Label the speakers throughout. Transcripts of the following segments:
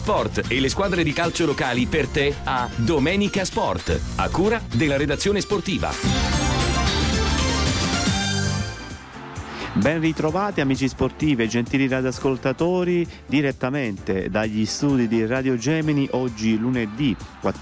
Speaker 1: sport e le squadre di calcio locali per te a Domenica Sport, a cura della redazione sportiva.
Speaker 2: Ben ritrovati amici sportivi e gentili radioascoltatori, direttamente dagli studi di Radio Gemini, oggi lunedì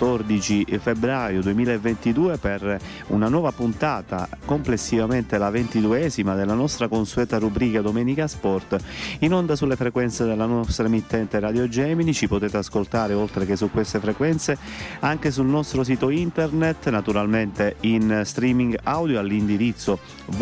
Speaker 2: 14 febbraio 2022 per una nuova puntata, complessivamente la 22esima della nostra consueta rubrica Domenica Sport, in onda sulle frequenze della nostra emittente Radio Gemini. Ci potete ascoltare oltre che su queste frequenze anche sul nostro sito internet, naturalmente in streaming audio all'indirizzo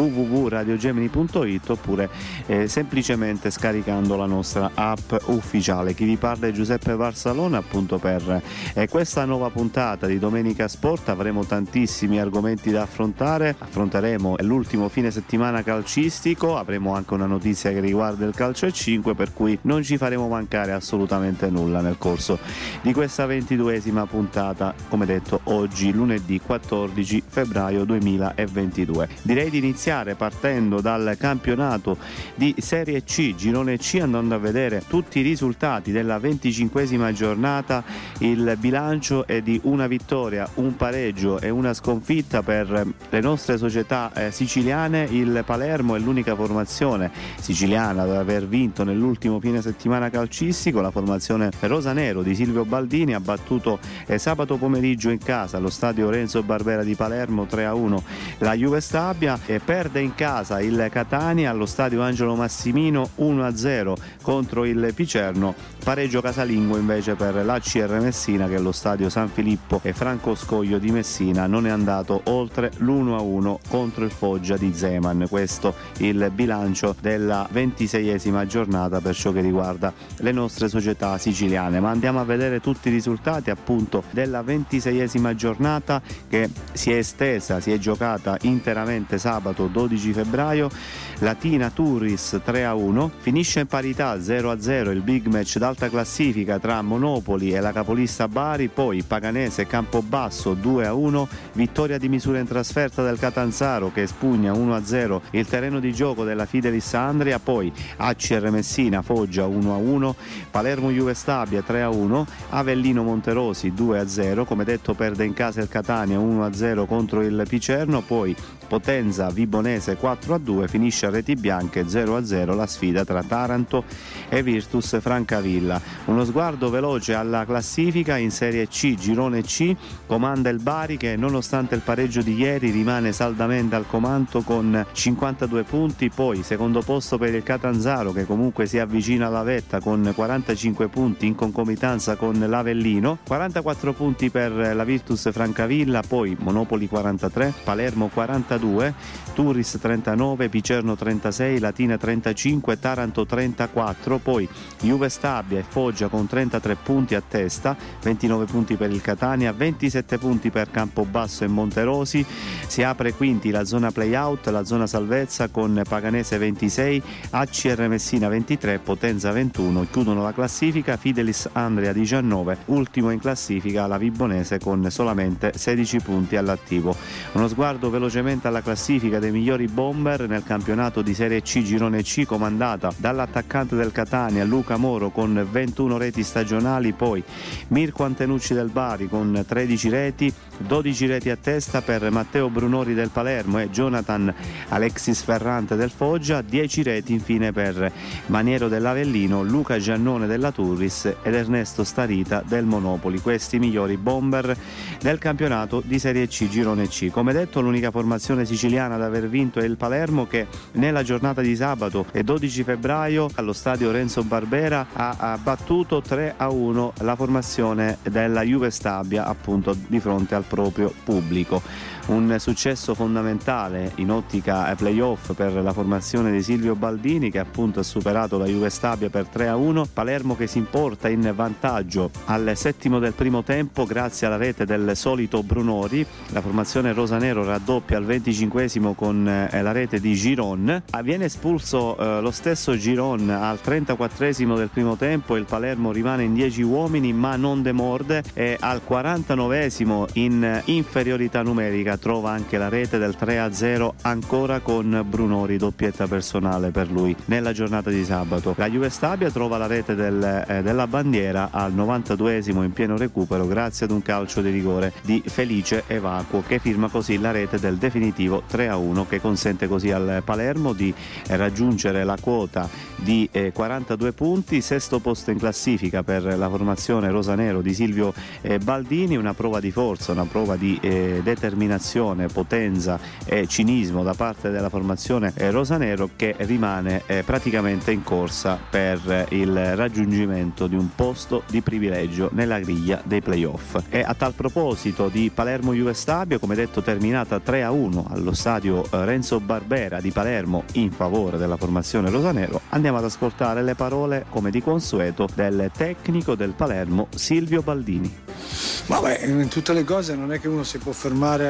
Speaker 2: www.radiogemini.it oppure semplicemente scaricando la nostra app ufficiale. Chi vi parla è Giuseppe Varsalone, appunto per questa nuova puntata di Domenica Sport. Avremo tantissimi argomenti da affrontare, affronteremo l'ultimo fine settimana calcistico, avremo anche una notizia che riguarda il calcio a 5, per cui non ci faremo mancare assolutamente nulla nel corso di questa 22esima puntata, come detto oggi lunedì 14 febbraio 2022. Direi di iniziare partendo dal campionato di Serie C, Girone C, andando a vedere tutti i risultati della 25esima giornata. Il bilancio è di una vittoria, un pareggio e una sconfitta per le nostre società siciliane. Il Palermo è l'unica formazione siciliana ad aver vinto nell'ultimo fine settimana calcistico. La formazione rosanero di Silvio Baldini ha battuto sabato pomeriggio in casa allo stadio Renzo Barbera di Palermo 3-1 la Juve Stabia, e perde in casa il Catania allo stadio Angelo Massimino 1-0 contro il Picerno. Pareggio casalingo invece per l'ACR Messina, che allo stadio San Filippo e Franco Scoglio di Messina non è andato oltre l'1-1 contro il Foggia di Zeman. Questo il bilancio della 26esima giornata per ciò che riguarda le nostre società siciliane. Ma andiamo a vedere tutti i risultati appunto della 26esima giornata, che si è estesa, si è giocata interamente sabato 12 febbraio. Latina Turris 3-1, finisce in parità 0-0 il big match d'alta classifica tra Monopoli e la capolista Bari, poi Paganese Campobasso 2-1, vittoria di misura in trasferta del Catanzaro che espugna 1-0 il terreno di gioco della Fidelis Andria, poi ACR Messina Foggia 1-1, Palermo Juve Stabia 3-1, Avellino Monterosi 2-0, come detto perde in casa il Catania 1-0 contro il Picerno, poi Potenza Vibonese 4-2, finisce a reti bianche 0-0 la sfida tra Taranto e Virtus Francavilla. Uno sguardo veloce alla classifica in Serie C, Girone C, comanda il Bari che nonostante il pareggio di ieri rimane saldamente al comando con 52 punti, poi secondo posto per il Catanzaro che comunque si avvicina alla vetta con 45 punti in concomitanza con l'Avellino, 44 punti per la Virtus Francavilla, poi Monopoli 43, Palermo 42, Turris 39, Picerno 36, Latina 35, Taranto 34, poi Juve Stabia e Foggia con 33 punti a testa, 29 punti per il Catania, 27 punti per Campobasso e Monterosi. Si apre quindi la zona play-out, la zona salvezza con Paganese 26, ACR Messina 23, Potenza 21. Chiudono la classifica Fidelis Andria 19, ultimo in classifica la Vibonese con solamente 16 punti all'attivo. Uno sguardo velocemente alla classifica dei migliori bomber nel campionato di Serie C Girone C, comandata dall'attaccante del Catania Luca Moro con 21 reti stagionali, poi Mirko Antenucci del Bari con 13 reti, 12 reti a testa per Matteo Brunori del Palermo e Jonathan Alexis Ferrante del Foggia, 10 reti infine per Maniero dell'Avellino, Luca Giannone della Turris ed Ernesto Starita del Monopoli. Questi i migliori bomber del campionato di Serie C Girone C. Come detto, l'unica formazione siciliana ad aver vinto è il Palermo, che nella giornata di sabato e 12 febbraio allo stadio Renzo Barbera ha battuto 3-1 la formazione della Juve Stabia, appunto di fronte al proprio pubblico. Un successo fondamentale in ottica playoff per la formazione di Silvio Baldini, che appunto ha superato la Juve Stabia per 3-1. Palermo che si importa in vantaggio al settimo del primo tempo grazie alla rete del solito Brunori. La formazione rosanero raddoppia al 25esimo con la rete di Giron. Giron. Viene espulso lo stesso Giron al 34esimo del primo tempo, il Palermo rimane in 10 uomini ma non demorde, e al 49esimo in inferiorità numerica trova anche la rete del 3-0 ancora con Brunori, doppietta personale per lui nella giornata di sabato. La Juve Stabia trova la rete della bandiera al 92esimo in pieno recupero grazie ad un calcio di rigore di Felice Evacuo, che firma così la rete del definitivo 3-1, che consente così al Palermo di raggiungere la quota di 42 punti, sesto posto in classifica per la formazione rosanero di Silvio Baldini. Una prova di forza, una prova di determinazione, potenza e cinismo da parte della formazione rosanero, che rimane praticamente in corsa per il raggiungimento di un posto di privilegio nella griglia dei playoff. E a tal proposito di Palermo Juve Stabio, come detto, terminata 3-1 allo stadio Renzo Barbera di Palermo in favore della formazione rosanero, andiamo ad ascoltare le parole, come di consueto, del tecnico del Palermo Silvio Baldini.
Speaker 3: Vabbè, in tutte le cose non è che uno si può fermare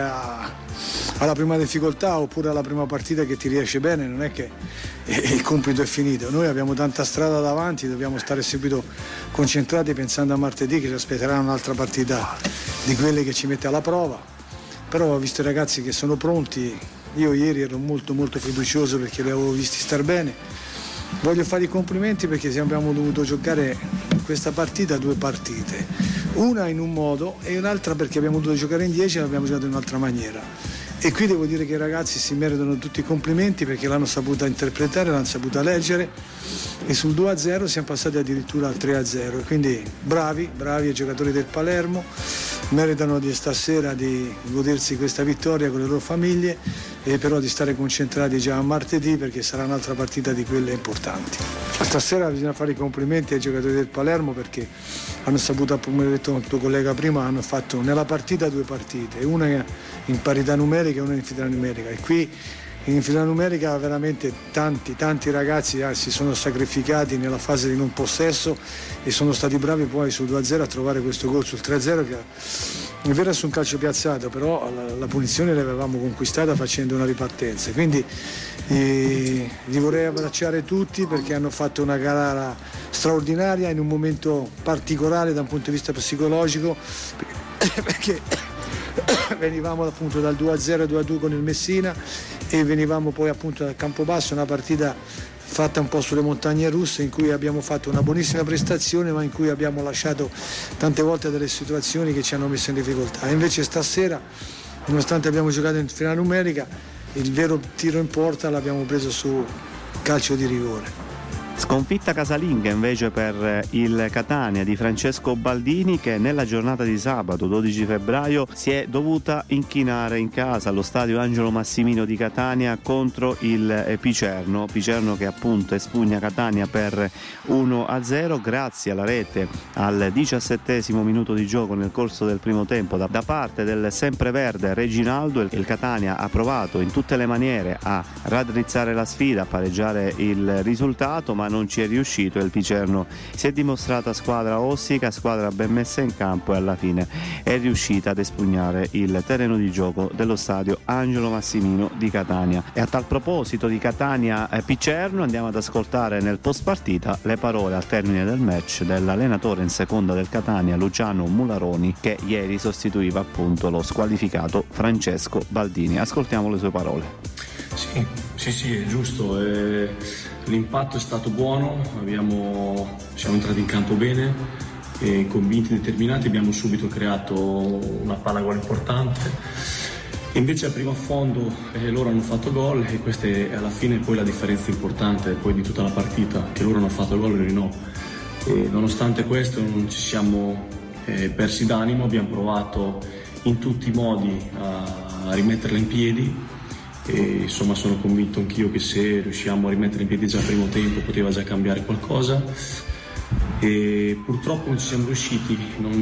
Speaker 3: alla prima difficoltà oppure alla prima partita che ti riesce bene, non è che il compito è finito. Noi abbiamo tanta strada davanti, dobbiamo stare subito concentrati pensando a martedì, che ci aspetterà un'altra partita di quelle che ci mette alla prova. Però ho visto i ragazzi che sono pronti, io ieri ero molto fiducioso perché li avevo visti star bene. Voglio fare i complimenti perché abbiamo dovuto giocare questa partita 2 partite, una in un modo e un'altra perché abbiamo dovuto giocare in 10 e l'abbiamo giocato in un'altra maniera. E qui devo dire che i ragazzi si meritano tutti i complimenti perché l'hanno saputa interpretare, l'hanno saputa leggere, e sul 2-0 siamo passati addirittura al 3-0. Quindi bravi i giocatori del Palermo, meritano di stasera di godersi questa vittoria con le loro famiglie, e però di stare concentrati già a martedì perché sarà un'altra partita di quelle importanti. Stasera bisogna fare i complimenti ai giocatori del Palermo perché hanno saputo, come ha detto il tuo collega prima, hanno fatto nella partita 2 partite, una in parità numerica e una in inferiorità numerica, e qui in inferiorità numerica veramente tanti ragazzi si sono sacrificati nella fase di non possesso e sono stati bravi poi sul 2-0 a trovare questo gol sul 3-0 che è vero su un calcio piazzato, però la punizione l'avevamo conquistata facendo una ripartenza. Quindi li vorrei abbracciare tutti perché hanno fatto una gara straordinaria in un momento particolare da un punto di vista psicologico, perché venivamo appunto dal 2-0 2-2 con il Messina e venivamo poi appunto dal Campobasso, una partita fatta un po' sulle montagne russe in cui abbiamo fatto una buonissima prestazione ma in cui abbiamo lasciato tante volte delle situazioni che ci hanno messo in difficoltà. E invece stasera, nonostante abbiamo giocato in finale numerica, il vero tiro in porta l'abbiamo preso su calcio di rigore.
Speaker 2: Sconfitta casalinga invece per il Catania di Francesco Baldini, che nella giornata di sabato 12 febbraio si è dovuta inchinare in casa allo stadio Angelo Massimino di Catania contro il Picerno che appunto espugna Catania per 1-0 grazie alla rete al 17esimo minuto di gioco nel corso del primo tempo da parte del sempreverde Reginaldo. Il Catania ha provato in tutte le maniere a raddrizzare la sfida, a pareggiare il risultato, ma non ci è riuscito. Il Picerno si è dimostrata squadra ossica, squadra ben messa in campo, e alla fine è riuscita ad espugnare il terreno di gioco dello stadio Angelo Massimino di Catania. E a tal proposito di Catania Picerno andiamo ad ascoltare nel post partita le parole al termine del match dell'allenatore in seconda del Catania Luciano Mularoni, che ieri sostituiva appunto lo squalificato Francesco Baldini. Ascoltiamo le sue parole.
Speaker 4: Sì, è giusto. L'impatto è stato buono, siamo entrati in campo bene, e convinti e determinati, abbiamo subito creato una palla gol importante. E invece al primo affondo loro hanno fatto gol, e questa è alla fine poi la differenza importante poi di tutta la partita, che loro hanno fatto gol e noi no. E nonostante questo non ci siamo persi d'animo, abbiamo provato in tutti i modi a rimetterla in piedi. E insomma sono convinto anch'io che se riusciamo a rimettere in piedi già il primo tempo poteva già cambiare qualcosa, e purtroppo non ci siamo riusciti.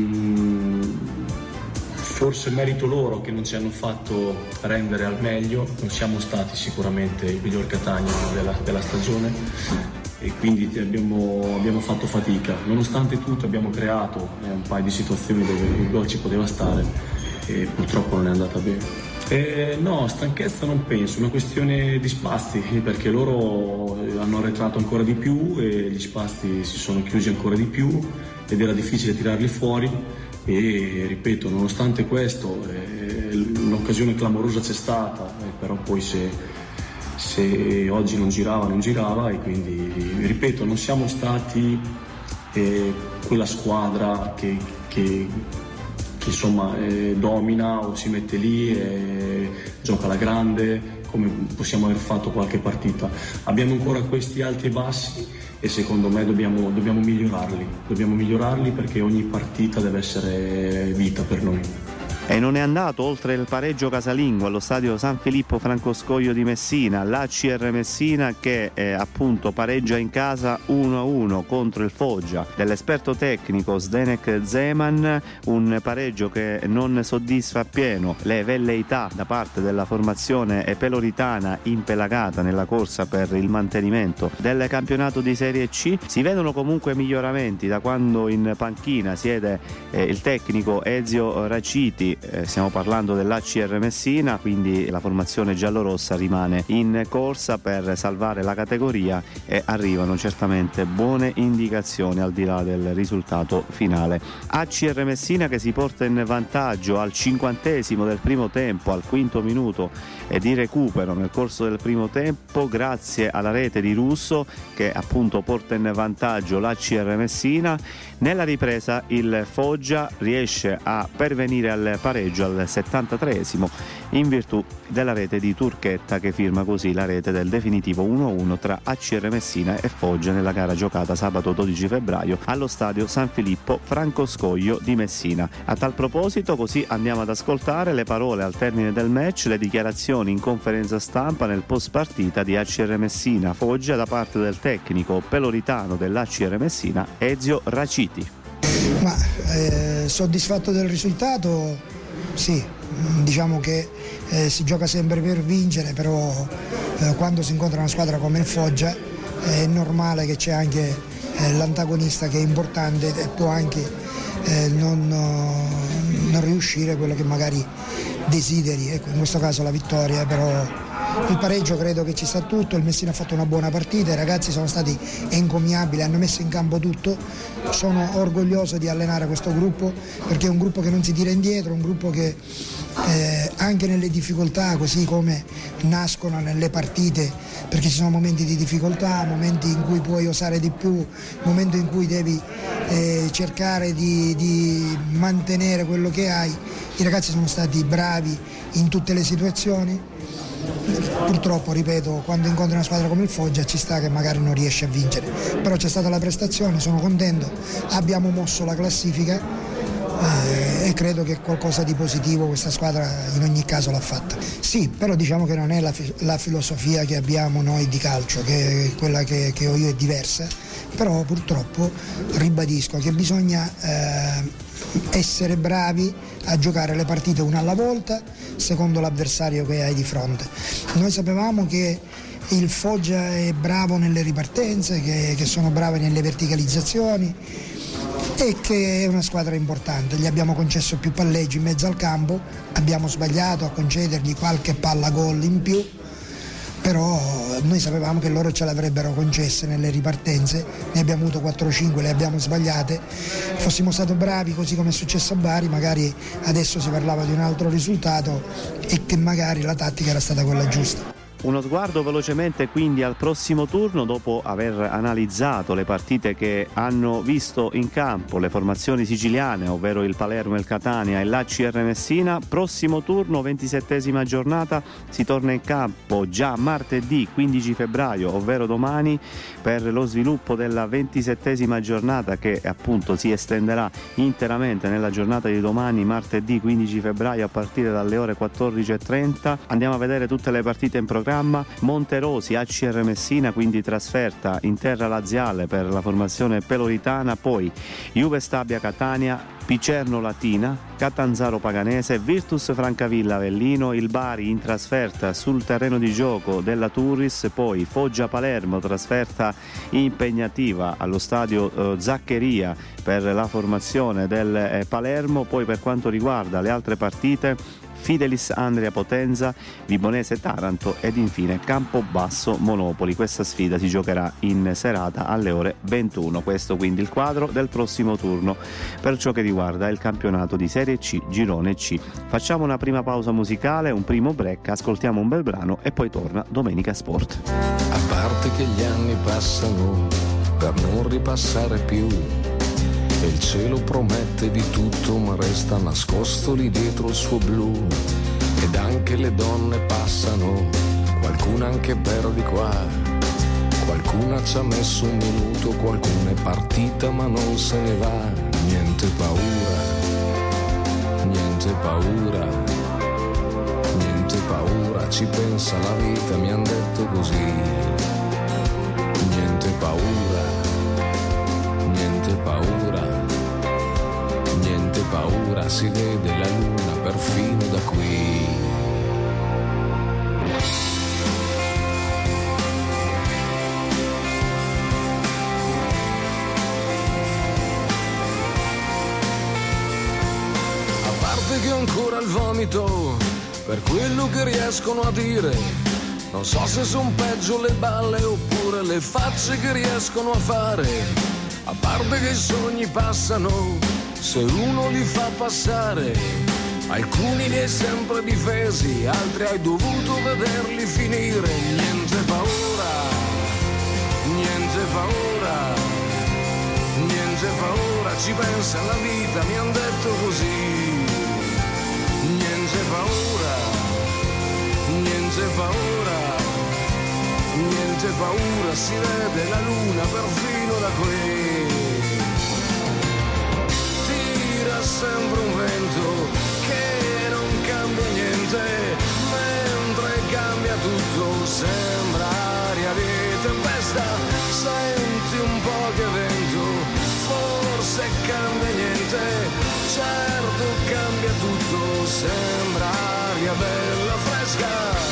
Speaker 4: Forse merito loro che non ci hanno fatto rendere al meglio, non siamo stati sicuramente il miglior Catania della stagione, e quindi abbiamo fatto fatica. Nonostante tutto abbiamo creato un paio di situazioni dove il gol ci poteva stare, e purtroppo non è andata bene. No, stanchezza non penso, è una questione di spazi, perché loro hanno arretrato ancora di più e gli spazi si sono chiusi ancora di più ed era difficile tirarli fuori e ripeto, nonostante questo l'occasione clamorosa c'è stata, però poi se oggi non girava e quindi ripeto, non siamo stati quella squadra che insomma domina o si mette lì e gioca alla grande come possiamo aver fatto qualche partita. Abbiamo ancora questi alti e bassi e secondo me dobbiamo migliorarli perché ogni partita deve essere vita per noi.
Speaker 2: E non è andato oltre il pareggio casalingo allo stadio San Filippo Francoscoglio di Messina, l'ACR Messina che appunto pareggia in casa 1-1 contro il Foggia dell'esperto tecnico Zdenek Zeman, un pareggio che non soddisfa appieno le velleità da parte della formazione peloritana impelagata nella corsa per il mantenimento del campionato di Serie C. Si vedono comunque miglioramenti da quando in panchina siede il tecnico Ezio Raciti. Stiamo parlando dell'ACR Messina, quindi la formazione giallorossa rimane in corsa per salvare la categoria e arrivano certamente buone indicazioni al di là del risultato finale. ACR Messina che si porta in vantaggio al 50° del primo tempo, al 5° minuto di recupero nel corso del primo tempo grazie alla rete di Russo che appunto porta in vantaggio l'ACR Messina. Nella ripresa il Foggia riesce a pervenire al pareggio al 73° in virtù della rete di Turchetta che firma così la rete del definitivo 1-1 tra ACR Messina e Foggia nella gara giocata sabato 12 febbraio allo stadio San Filippo Francoscoglio di Messina. A tal proposito così andiamo ad ascoltare le parole al termine del match, le dichiarazioni in conferenza stampa nel post partita di ACR Messina Foggia da parte del tecnico peloritano dell'ACR Messina Ezio Raciti.
Speaker 5: Ma soddisfatto del risultato? Sì, diciamo che si gioca sempre per vincere, però quando si incontra una squadra come il Foggia è normale che c'è anche l'antagonista che è importante e può anche non riuscire quello che magari desideri, ecco, in questo caso la vittoria, però il pareggio credo che ci sta tutto, il Messina ha fatto una buona partita, i ragazzi sono stati encomiabili, hanno messo in campo tutto, sono orgoglioso di allenare questo gruppo perché è un gruppo che non si tira indietro, un gruppo che anche nelle difficoltà, così come nascono nelle partite, perché ci sono momenti di difficoltà, momenti in cui puoi osare di più, momenti in cui devi cercare di mantenere quello che hai. I ragazzi sono stati bravi in tutte le situazioni. Purtroppo, ripeto, quando incontri una squadra come il Foggia ci sta che magari non riesce a vincere, però c'è stata la prestazione, sono contento, abbiamo mosso la classifica e credo che qualcosa di positivo questa squadra in ogni caso l'ha fatta. Sì, però diciamo che non è la filosofia che abbiamo noi di calcio, che è quella che ho io è diversa, però purtroppo ribadisco che bisogna essere bravi a giocare le partite una alla volta secondo l'avversario che hai di fronte. Noi sapevamo che il Foggia è bravo nelle ripartenze, che sono bravi nelle verticalizzazioni e che è una squadra importante. Gli abbiamo concesso più palleggi in mezzo al campo, abbiamo sbagliato a concedergli qualche palla gol in più, però noi sapevamo che loro ce l'avrebbero concesse nelle ripartenze, ne abbiamo avuto 4-5, le abbiamo sbagliate. Fossimo stati bravi così come è successo a Bari, magari adesso si parlava di un altro risultato e che magari la tattica era stata quella giusta.
Speaker 2: Uno sguardo velocemente quindi al prossimo turno dopo aver analizzato le partite che hanno visto in campo le formazioni siciliane, ovvero il Palermo, il Catania e l'ACR Messina. Prossimo turno, 27ª giornata, si torna in campo già martedì 15 febbraio, ovvero domani, per lo sviluppo della 27ª giornata che appunto si estenderà interamente nella giornata di domani, martedì 15 febbraio a partire dalle ore 14:30. Andiamo a vedere tutte le partite in programma. Monterosi, ACR Messina, quindi trasferta in terra laziale per la formazione peloritana, poi Juve Stabia Catania, Picerno Latina, Catanzaro Paganese, Virtus Francavilla Avellino, il Bari in trasferta sul terreno di gioco della Turris, poi Foggia Palermo, trasferta impegnativa allo stadio Zaccheria per la formazione del Palermo. Poi per quanto riguarda le altre partite, Fidelis Andria Potenza, Vibonese Taranto ed infine Campobasso Monopoli. Questa sfida si giocherà in serata alle ore 21. Questo quindi il quadro del prossimo turno per ciò che riguarda il campionato di Serie C, Girone C. Facciamo una prima pausa musicale, un primo break, ascoltiamo un bel brano e poi torna Domenica Sport.
Speaker 6: A parte che gli anni passano per non ripassare più, e il cielo promette di tutto ma resta nascosto lì dietro il suo blu, ed anche le donne passano, qualcuna anche per di qua, qualcuna ci ha messo un minuto, qualcuna è partita ma non se ne va. Niente paura, niente paura, niente paura, ci pensa la vita, mi han detto così. Niente paura, niente paura, niente paura, si vede la luna perfino da qui. A parte che ho ancora il vomito per quello che riescono a dire, non so se son peggio le balle oppure le facce che riescono a fare. A parte che i sogni passano se uno li fa passare, alcuni li hai sempre difesi, altri hai dovuto vederli finire. Niente paura, niente paura, niente paura, ci pensa la vita, mi han detto così. Niente paura, niente paura, niente paura, si vede la luna perfino da qui. Tira sempre un vento che non cambia niente, mentre cambia tutto sembra aria di tempesta. Senti un po' che vento, forse cambia niente, certo cambia tutto, sembra aria bella fresca.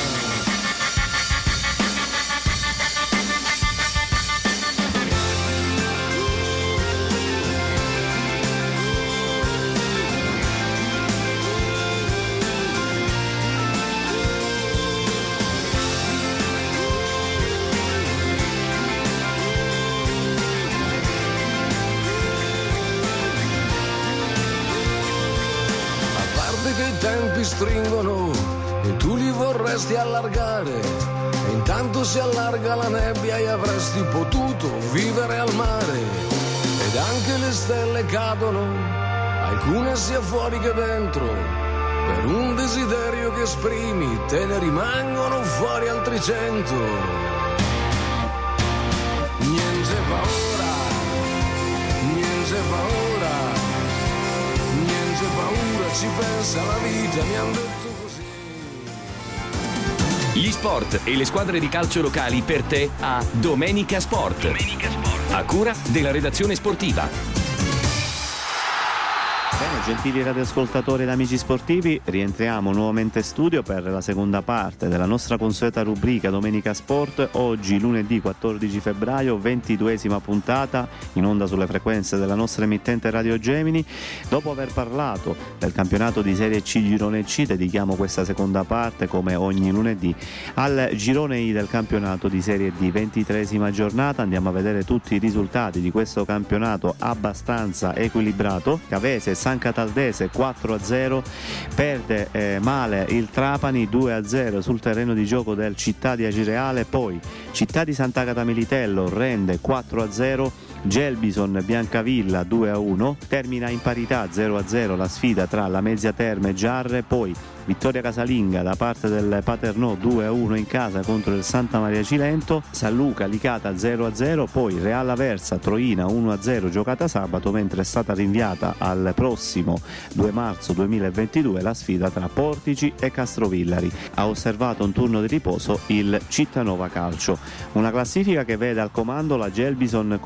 Speaker 6: Che i tempi stringono e tu li vorresti allargare, e intanto si allarga la nebbia e avresti potuto vivere al mare. Ed anche le stelle cadono, alcune sia fuori che dentro, per un desiderio che esprimi te ne rimangono fuori altri 100. Niente paura, niente paura, niente paura, ci pensa la vita, mi han detto così.
Speaker 1: Gli sport e le squadre di calcio locali per te a Domenica Sport. A cura della redazione sportiva.
Speaker 2: Bene, gentili radioascoltatori ed amici sportivi, rientriamo nuovamente in studio per la seconda parte della nostra consueta rubrica Domenica Sport. Oggi lunedì 14 febbraio, 22esima puntata in onda sulle frequenze della nostra emittente Radio Gemini. Dopo aver parlato del campionato di Serie C Girone C, dedichiamo questa seconda parte come ogni lunedì al Girone I del campionato di Serie D, 23esima giornata. Andiamo a vedere tutti i risultati di questo campionato abbastanza equilibrato. Cavese San Cataldese 4-0, perde male il Trapani 2-0 sul terreno di gioco del Città di Acireale, poi Città di Sant'Agata Militello rende 4-0, Gelbison Biancavilla 2-1, termina in parità 0-0 la sfida tra la Mezzia Terme e Giarre, poi vittoria casalinga da parte del Paternò 2-1 in casa contro il Santa Maria Cilento, San Luca Licata 0-0, poi Real Aversa Troina 1-0 giocata sabato, mentre è stata rinviata al prossimo 2 marzo 2022 la sfida tra Portici e Castrovillari. Ha osservato un turno di riposo il Cittanova Calcio. Una classifica che vede al comando la Gelbison con 40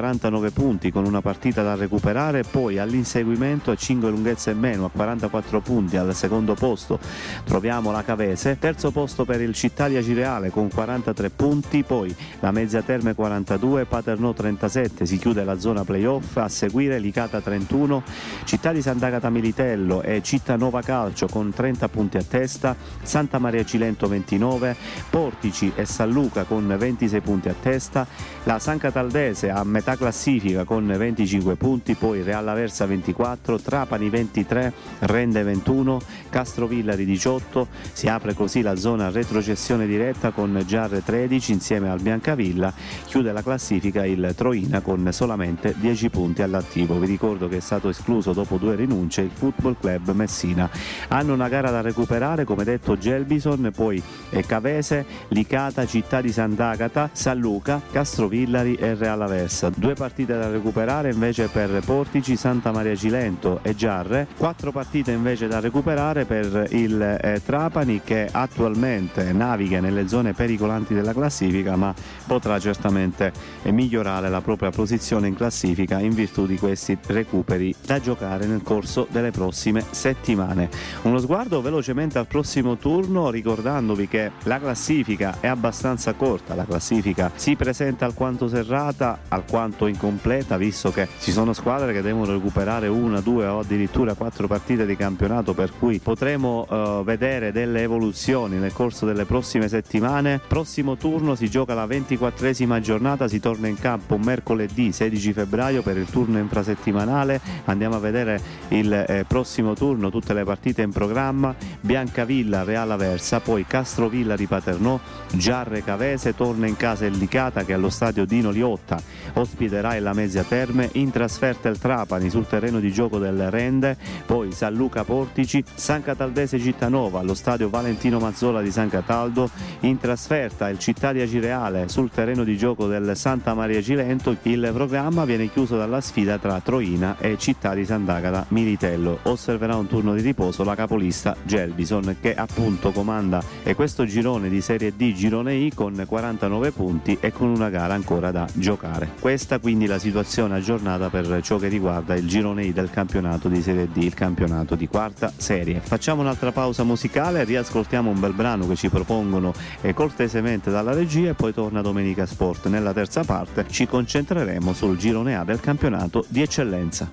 Speaker 2: 49 punti con una partita da recuperare, poi all'inseguimento a 5 lunghezze in meno a 44 punti al secondo posto troviamo la Cavese, terzo posto per il Cittalia Cireale con 43 punti, poi la Mezzia Terme 42, Paternò 37, si chiude la zona playoff, a seguire Licata 31, Città di Sant'Agata Militello e Cittanova Calcio con 30 punti a testa, Santa Maria Cilento 29, Portici e San Luca con 26 punti a testa, la San Cataldese a metà classifica con 25 punti, poi Real Aversa 24, Trapani 23, Rende 21, Castrovillari 18, si apre così la zona retrocessione diretta con Giarre 13 insieme al Biancavilla, chiude la classifica il Troina con solamente 10 punti all'attivo. Vi ricordo che è stato escluso dopo 2 rinunce il Football Club Messina. Hanno una gara da recuperare, come detto Gelbison, poi Cavese, Licata, Città di Sant'Agata, San Luca, Castrovillari e Real Aversa. 2 partite da recuperare invece per Portici, Santa Maria Cilento e Giarre, 4 partite invece da recuperare per il Trapani, che attualmente naviga nelle zone pericolanti della classifica, ma potrà certamente migliorare la propria posizione in classifica in virtù di questi recuperi da giocare nel corso delle prossime settimane. Uno sguardo velocemente al prossimo turno, ricordandovi che la classifica è abbastanza corta, la classifica si presenta alquanto serrata, alquanto incompleta, visto che ci sono squadre che devono recuperare 1, 2 o addirittura 4 partite di campionato, per cui potremo vedere delle evoluzioni nel corso delle prossime settimane. Prossimo turno si gioca la 24esima giornata, si torna in campo mercoledì 16 febbraio per il turno infrasettimanale. Andiamo a vedere il prossimo turno, tutte le partite in programma: Biancavilla Real Aversa, poi Castrovillari Paternò, Giarre Cavese, torna in casa il Licata che allo stadio Dino Liotta ospiterà la Mezzia Terme, in trasferta il Trapani sul terreno di gioco del Rende, poi San Luca Portici, San Cataldese Cittanova allo stadio Valentino Mazzola di San Cataldo, in trasferta il Cittalia Cireale sul terreno di gioco del Santa Maria Cilento. Il programma viene chiuso dalla sfida tra Troina e Città di Sant'Agata Militello. Osserverà un turno di riposo la capolista Gelbison, che appunto comanda questo girone di Serie D, girone I, con 49 punti e con una gara ancora da giocare. Questa quindi la situazione aggiornata per ciò che riguarda il girone I del campionato di Serie D, il campionato di quarta serie. Facciamo un'altra pausa musicale, riascoltiamo un bel brano che ci propongono cortesemente dalla regia e poi torna Domenica Sport. Nella terza parte ci concentreremo sul girone A del campionato di eccellenza.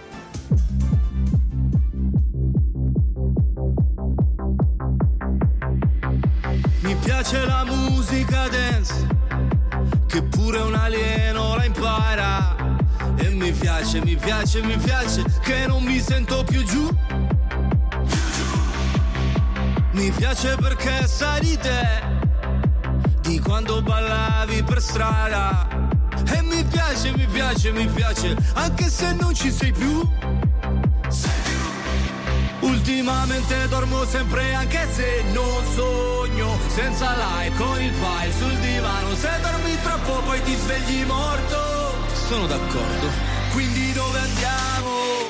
Speaker 7: Mi piace la musica dance, che pure un alieno la impara. E mi piace che non mi sento più giù. Mi piace perché sai di te, di quando ballavi per strada. E mi piace, anche se non ci sei più. Ultimamente dormo sempre anche se non sogno, senza like con il file sul divano. Se dormi troppo poi ti svegli morto. Sono d'accordo. Quindi dove andiamo?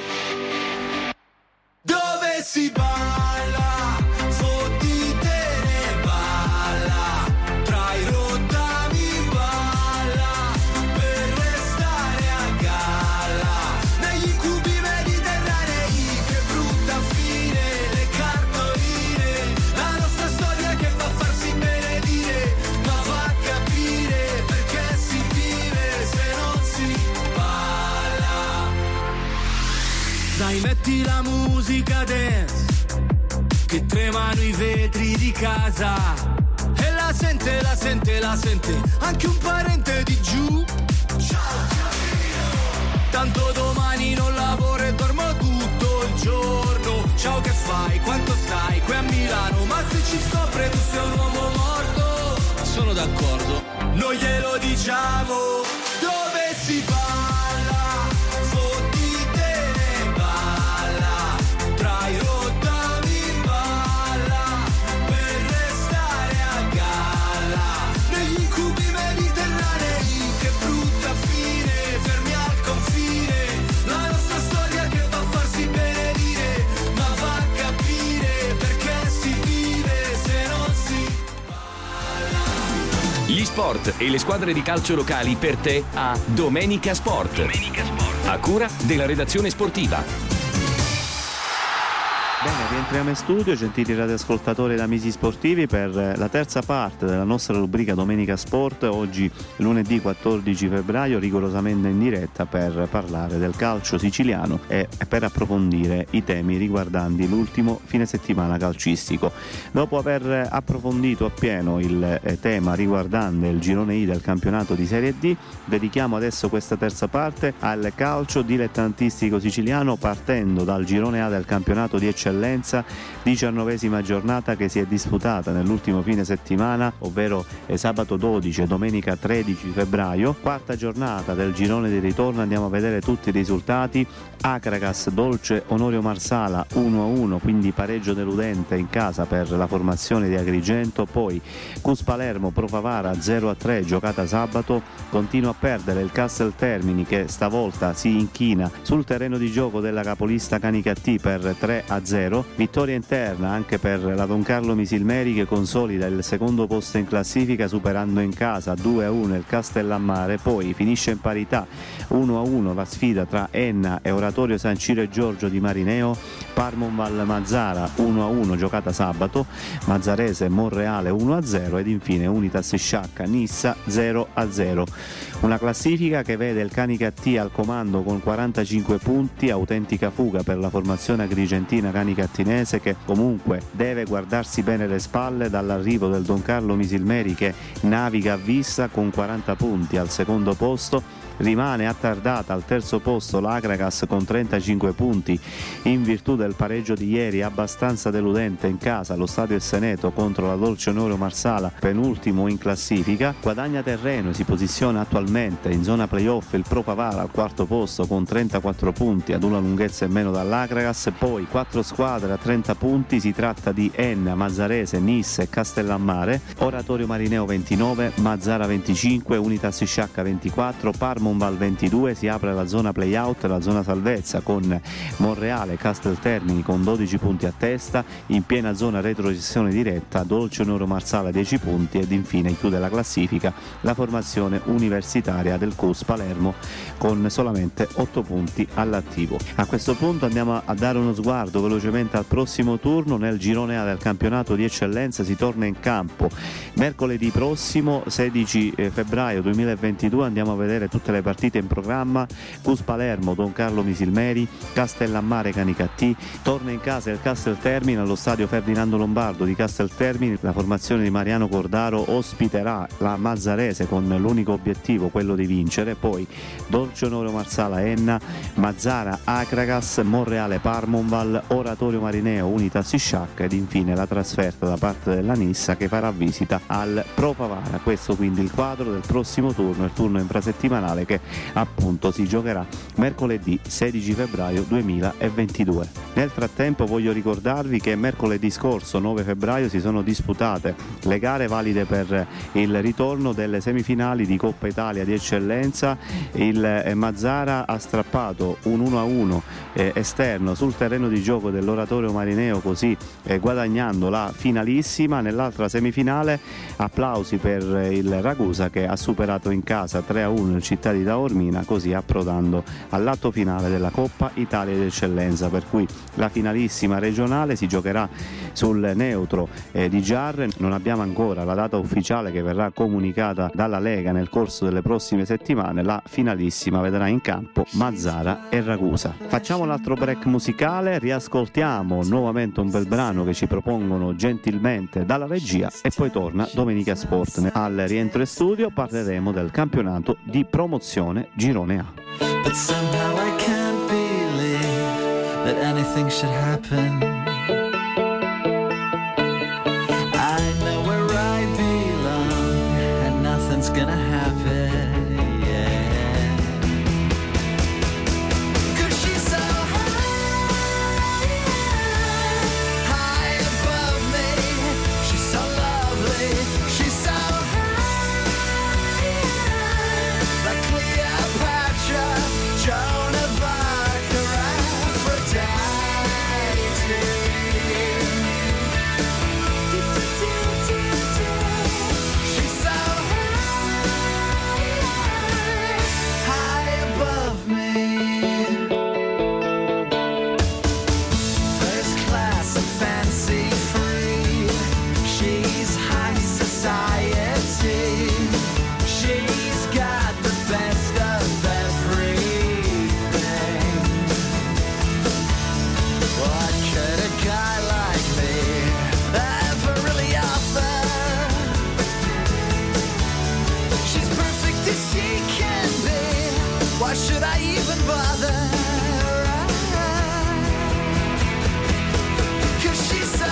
Speaker 7: Dove si balla? Fottitene balla, tra i rottami balla, per restare a galla, negli incubi mediterranei. Che brutta fine, le cartoline, la nostra storia che fa farsi benedire, ma fa capire perché si vive se non si balla. Dai, metti la musica dance, che tremano i vetri di casa, e la sente anche un parente di giù. Tanto domani non lavoro e dormo tutto il giorno. Ciao, che fai? Quanto stai? Qui a Milano, ma se ci scopre tu sei un uomo morto. Sono d'accordo, noi glielo diciamo. Dove si balla? Fottitene balla, tra i rottami balla, per restare a galla, negli incubi mediterranei. Che brutta fine, fermi al confine, la nostra storia che va a farsi benedire, ma va a capire perché si vive se non si balla.
Speaker 1: Gli sport e le squadre di calcio locali per te a Domenica Sport. A cura della redazione sportiva.
Speaker 2: Bene, rientriamo in studio, gentili radioascoltatori ed amici sportivi, per la terza parte della nostra rubrica Domenica Sport. Oggi lunedì 14 febbraio, rigorosamente in diretta per parlare del calcio siciliano e per approfondire i temi riguardanti l'ultimo fine settimana calcistico. Dopo aver approfondito appieno il tema riguardante il girone I del campionato di Serie D, dedichiamo adesso questa terza parte al calcio dilettantistico siciliano, partendo dal girone A del campionato di eccellenza, 19ª giornata che si è disputata nell'ultimo fine settimana, ovvero sabato 12 e domenica 13 febbraio. Quarta giornata del girone di ritorno, andiamo a vedere tutti i risultati. Acragas Dolce Onorio Marsala 1-1, quindi pareggio deludente in casa per la formazione di Agrigento. Poi Cus Palermo Pro Favara 0-3, giocata sabato. Continua a perdere il Casteltermini, che stavolta si inchina sul terreno di gioco della capolista Canicattì per 3-0. Vittoria interna anche per la Don Carlo Misilmeri, che consolida il secondo posto in classifica superando in casa 2-1 il Castellammare. Poi finisce in parità 1-1 la sfida tra Enna e Oratorio San Ciro e Giorgio di Marineo. Parmonval Mazzara 1-1, giocata sabato. Mazzarese Monreale 1-0 ed infine Unitas Sciacca Nissa 0-0. Una classifica che vede il Canicattì al comando con 45 punti, autentica fuga per la formazione agrigentina canicattinese, che comunque deve guardarsi bene le spalle dall'arrivo del Don Carlo Misilmeri, che naviga a vista con 40 punti al secondo posto. Rimane attardata al terzo posto l'Acragas con 35 punti in virtù del pareggio di ieri abbastanza deludente in casa allo Stadio Seneto contro la Dolce Onorio Marsala, penultimo in classifica. Guadagna terreno e si posiziona attualmente in zona playoff il Pro Favara al quarto posto con 34 punti, ad una lunghezza in meno dall'Acragas. Poi 4 squadre a 30 punti, si tratta di Enna, Mazzarese, Nisse e Castellammare. Oratorio Marineo 29, Mazzara 25, Unitas Sciacca 24, Monval 22, si apre la zona playout, la zona salvezza con Monreale e Casteltermini con 12 punti a testa. In piena zona retrocessione diretta Dolce Onorio Marsala 10 punti ed infine chiude la classifica la formazione universitaria del Cus Palermo con solamente 8 punti all'attivo. A questo punto andiamo a dare uno sguardo velocemente al prossimo turno. Nel girone A del campionato di eccellenza si torna in campo mercoledì prossimo 16 febbraio 2022. Andiamo a vedere tutte le partite in programma. Cus Palermo Don Carlo Misilmeri, Castellammare Canicattì. Torna in casa il Casteltermini allo stadio Ferdinando Lombardo di Casteltermini. La formazione di Mariano Cordaro ospiterà la Mazzarese con l'unico obiettivo quello di vincere. Poi Dolce Onorio Marsala Enna, Mazzara Acragas, Monreale Parmonval, Oratorio Marineo Unitas Sciacca ed infine la trasferta da parte della Nissa che farà visita al Pro Favara. Questo quindi il quadro del prossimo turno, il turno infrasettimanale che appunto si giocherà mercoledì 16 febbraio 2022. Nel frattempo voglio ricordarvi che mercoledì scorso 9 febbraio si sono disputate le gare valide per il ritorno delle semifinali di Coppa Italia di eccellenza. Il Mazzara ha strappato un 1-1 esterno sul terreno di gioco dell'Oratorio Marineo, così guadagnando la finalissima. Nell'altra semifinale applausi per il Ragusa che ha superato in casa 3-1 il Città di Taormina, così approdando all'atto finale della Coppa Italia di eccellenza, per cui la finalissima regionale si giocherà sul neutro di Giarre. Non abbiamo ancora la data ufficiale che verrà comunicata dalla Lega nel corso delle prossime settimane. La finalissima vedrà in campo Mazzara e Ragusa. Facciamo l'altro break musicale, riascoltiamo nuovamente un bel brano che ci propongono gentilmente dalla regia e poi torna Domenica Sport. Al rientro in studio parleremo del campionato di promozione Girone A.
Speaker 8: But somehow I can't believe that anything should happen. I know where I belong and nothing's gonna happen.
Speaker 7: She's so high.
Speaker 8: what could a guy like me ever really offer? She's perfect as she can be. Why should I even bother? 'Cause she's so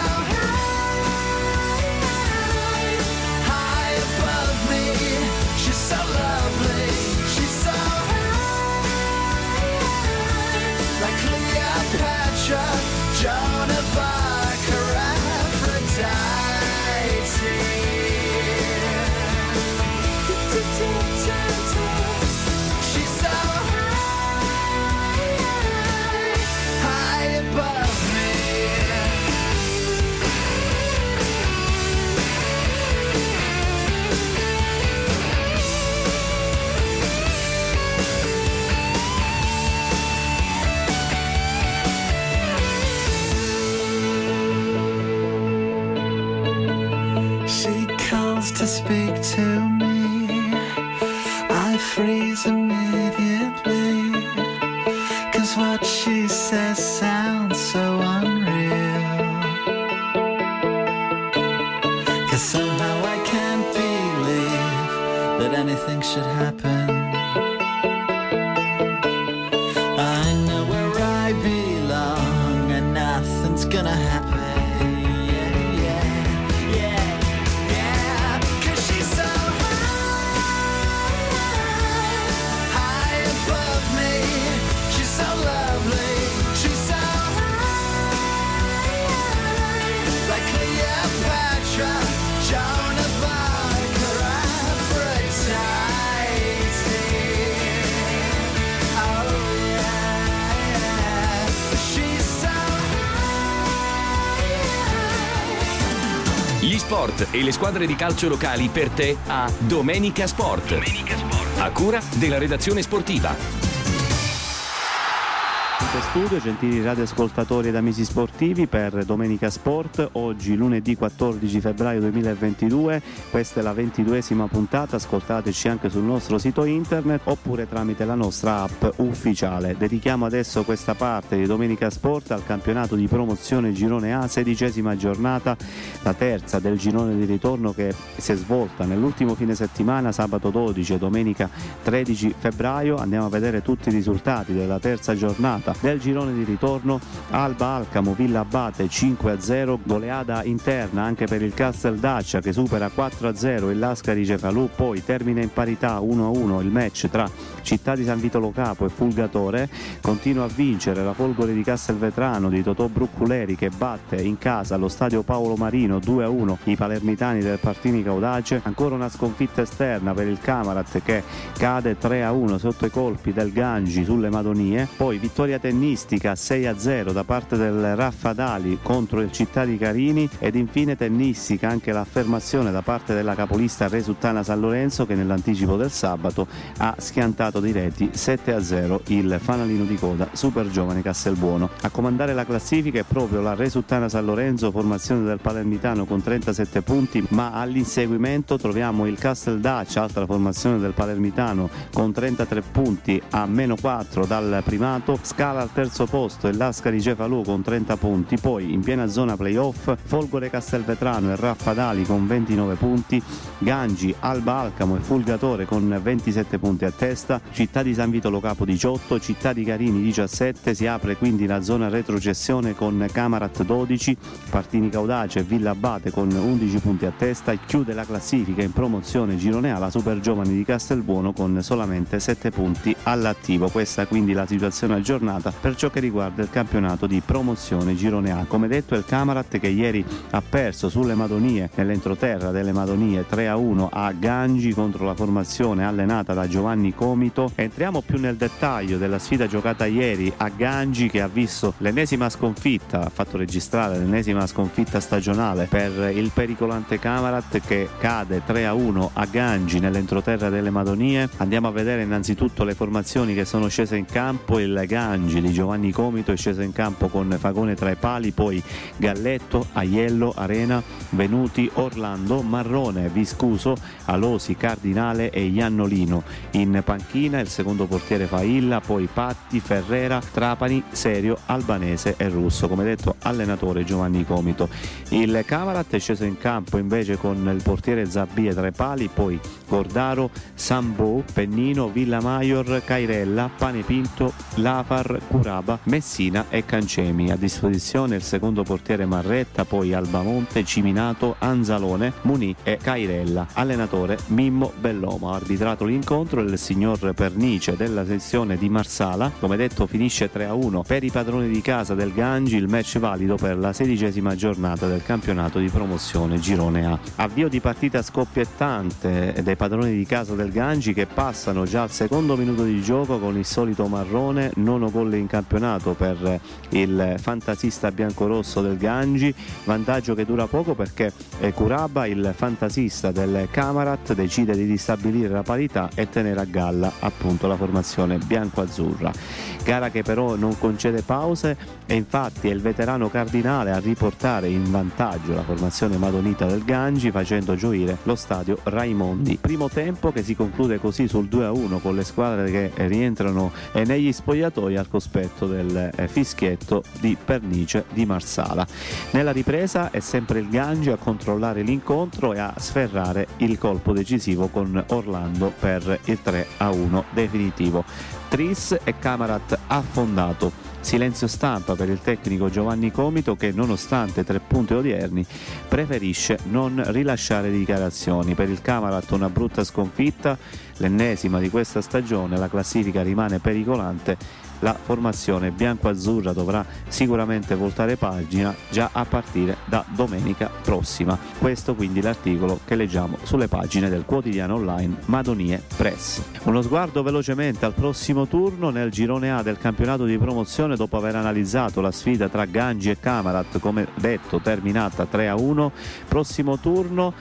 Speaker 8: high above me. She's so lovely. She's so like Cleopatra, Joan of Arc, or Aphrodite. She's so high above me. She calls to speak to me. I freeze immediately. 'Cause what she says sounds so unreal. 'Cause somehow I can't believe that anything should happen. I know where I belong and nothing's gonna happen.
Speaker 1: Gli sport e le squadre di calcio locali per te a Domenica Sport. A cura della redazione sportiva.
Speaker 2: Studio, gentili radioascoltatori ed amici sportivi, per Domenica Sport, oggi lunedì 14 febbraio 2022, questa è la 22esima puntata, ascoltateci anche sul nostro sito internet oppure tramite la nostra app ufficiale. Dedichiamo adesso questa parte di Domenica Sport al campionato di promozione Girone A, 16ª giornata, la terza del girone di ritorno che si è svolta nell'ultimo fine settimana, sabato 12 e domenica 13 febbraio. Andiamo a vedere tutti i risultati della terza giornata del girone di ritorno. Alba Alcamo Villa Abate 5-0, goleada interna anche per il Castel Dacia che supera 4-0 il Lascari Cefalù, poi termina in parità 1-1 il match tra Città di San Vito Lo Capo e Fulgatore, continua a vincere la Folgore di Castelvetrano di Totò Brucculeri che batte in casa allo stadio Paolo Marino 2-1 i palermitani del Partini Caudace, ancora una sconfitta esterna per il Camarat che cade 3-1 sotto i colpi del Gangi sulle Madonie, poi vittoria tennistica 6-0 da parte del Raffadali contro il Città di Carini ed infine tennistica anche l'affermazione da parte della capolista Resuttana San Lorenzo che nell'anticipo del sabato ha schiantato di reti 7-0 il fanalino di coda Super Giovane Castelbuono. A comandare la classifica è proprio la Resuttana San Lorenzo, formazione del palermitano con 37 punti, ma all'inseguimento troviamo il Castel Dacia, altra formazione del palermitano con 33 punti a meno 4 dal primato, scala al terzo posto il Lascari Cefalù con 30 punti, poi in piena zona playoff Folgore Castelvetrano e Raffadali con 29 punti, Gangi, Alba Alcamo e Fulgatore con 27 punti a testa, Città di San Vito Lo Capo 18, Città di Carini 17, si apre quindi la zona retrocessione con Camarat 12, Partini Caudace e Villa Abate con 11 punti a testa, chiude la classifica in promozione Girone A la Super Giovani di Castelbuono con solamente 7 punti all'attivo. Questa quindi la situazione aggiornata per ciò che riguarda il campionato di promozione Girone A. Come detto, il Camarat che ieri ha perso sulle Madonie, nell'entroterra delle Madonie 3-1 a Gangi contro la formazione allenata da Giovanni Comito. Entriamo più nel dettaglio della sfida giocata ieri a Gangi, che ha visto l'ennesima sconfitta, ha fatto registrare l'ennesima sconfitta stagionale per il pericolante Camarat che cade 3-1 a Gangi nell'entroterra delle Madonie. Andiamo a vedere innanzitutto le formazioni che sono scese in campo. Il Gangi di Giovanni Comito è sceso in campo con Fagone tra i pali, poi Galletto, Aiello, Arena, Venuti, Orlando, Marrone, Viscuso, Alosi, Cardinale e Iannolino. In panchina il secondo portiere Failla, poi Patti, Ferrera, Trapani, Serio, Albanese e Russo. Come detto, allenatore Giovanni Comito. Il Camarat è sceso in campo invece con il portiere Zabbie tra i pali, poi Gordaro, Sambò, Pennino, Villamaior, Cairella, Panepinto, Lafar, Curaba, Messina e Cancemi. A disposizione il secondo portiere Marretta, poi Albamonte, Ciminato, Anzalone, Munì e Cairella. Allenatore Mimmo Bellomo. Ha arbitrato l'incontro il signor Pernice della sezione di Marsala. Come detto, finisce 3-1 per i padroni di casa del Gangi, il match valido per la 16ª giornata del campionato di promozione Girone A. Avvio di partita scoppiettante dei padroni di casa del Gangi, che passano già al secondo minuto di gioco con il solito marrone, nono gol in campionato per il fantasista biancorosso del Gangi, vantaggio che dura poco perché Curaba, il fantasista del Camarat, decide di ristabilire la parità e tenere a galla appunto la formazione bianco-azzurra. Gara che però non concede pause e infatti è il veterano Cardinale a riportare in vantaggio la formazione madonita del Gangi, facendo gioire lo stadio Raimondi. Primo tempo che si conclude così sul 2-1 con le squadre che rientrano negli spogliatoi al cospetto del fischietto di Pernice di Marsala. Nella ripresa è sempre il Gangi a controllare l'incontro e a sferrare il colpo decisivo con Orlando per il 3-1 definitivo. Tris e Camarat affondato. Silenzio stampa per il tecnico Giovanni Comito, che nonostante 3 punti odierni preferisce non rilasciare dichiarazioni. Per il Camarat una brutta sconfitta, l'ennesima di questa stagione, la classifica rimane pericolante. La formazione bianco-azzurra dovrà sicuramente voltare pagina già a partire da domenica prossima. Questo quindi l'articolo che leggiamo sulle pagine del quotidiano online Madonie Press. Uno sguardo velocemente al prossimo turno nel girone A del campionato di promozione, dopo aver analizzato la sfida tra Gangi e Camarat, come detto terminata 3-1. Prossimo turno,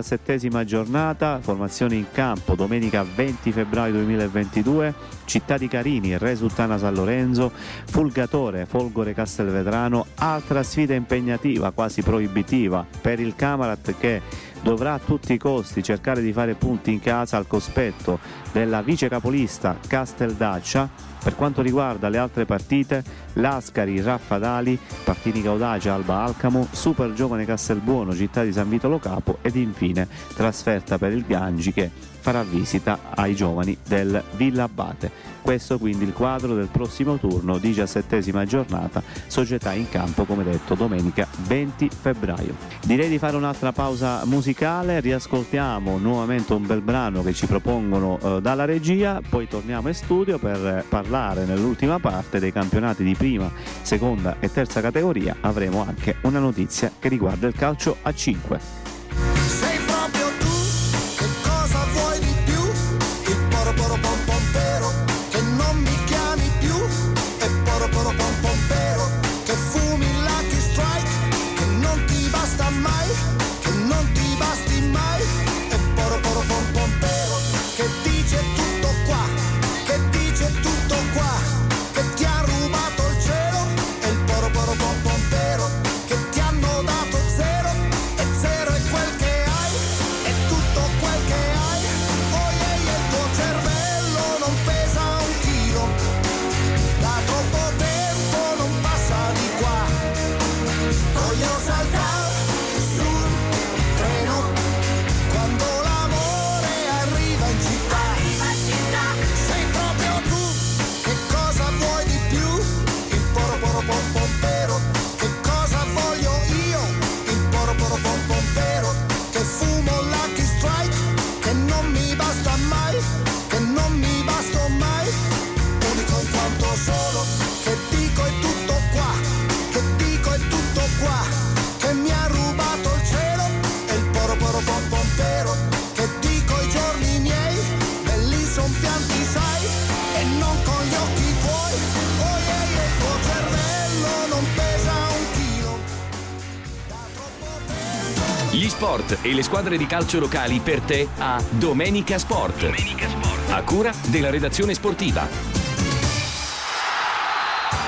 Speaker 2: 17ª giornata, formazione in campo domenica 20 febbraio 2022, Città di Carini, Resultana San Lorenzo, Fulgatore, Folgore Castelvetrano. Altra sfida impegnativa, quasi proibitiva per il Camarat, che dovrà a tutti i costi cercare di fare punti in casa al cospetto della vice capolista Casteldaccia. Per quanto riguarda le altre partite, Lascari, Raffadali, Partini Caudacia, Alba Alcamo, Super Giovane Castelbuono, Città di San Vito Lo Capo ed infine trasferta per il Gangi, che farà visita ai giovani del Villa Abate. Questo quindi il quadro del prossimo turno, 17ª giornata, società in campo come detto domenica 20 febbraio. Direi di fare un'altra pausa musicale, riascoltiamo nuovamente un bel brano che ci propongono dalla regia, poi torniamo in studio per parlare nell'ultima parte dei campionati di prima, seconda e terza categoria. Avremo anche una notizia che riguarda il calcio a 5.
Speaker 7: Sei proprio tu, che cosa vuoi di più? Il poro poro pom pompero, che non mi chiami più. E poro poro pom pompero, che fumi Lucky Strike, che non ti basta mai, che non ti basti mai. E poro poro pom pompero, che dice tutto qua, che dice tutto qua, che ti ha rubato il cielo. E il poro poro pom pompero, che ti hanno dato zero. E zero è quel che hai, è tutto quel che hai. Oh yeah, yeah, il tuo cervello non pesa un chilo, da troppo tempo non passa di qua. Voglio saltare sul treno quando l'amore arriva in città. Sei proprio tu, che cosa vuoi di più? Il poro poro pom pompero, che cosa voglio io? Il poro poro pom pompero, che fumo Lucky Strike, che non mi basta mai, che non mi basto mai. Unico in quanto solo, che dico è tutto qua, che dico è tutto qua, che mi ha rubato il cielo. E il poro poro pom pompero, che dico i giorni miei, belli son pianti sai, e non con gli occhi tuoi. Oh yeah, yeah, il tuo cervello non pesa un chilo, da troppo tempo.
Speaker 1: Gli sport e le squadre di calcio locali per te a Domenica Sport. A cura della redazione sportiva.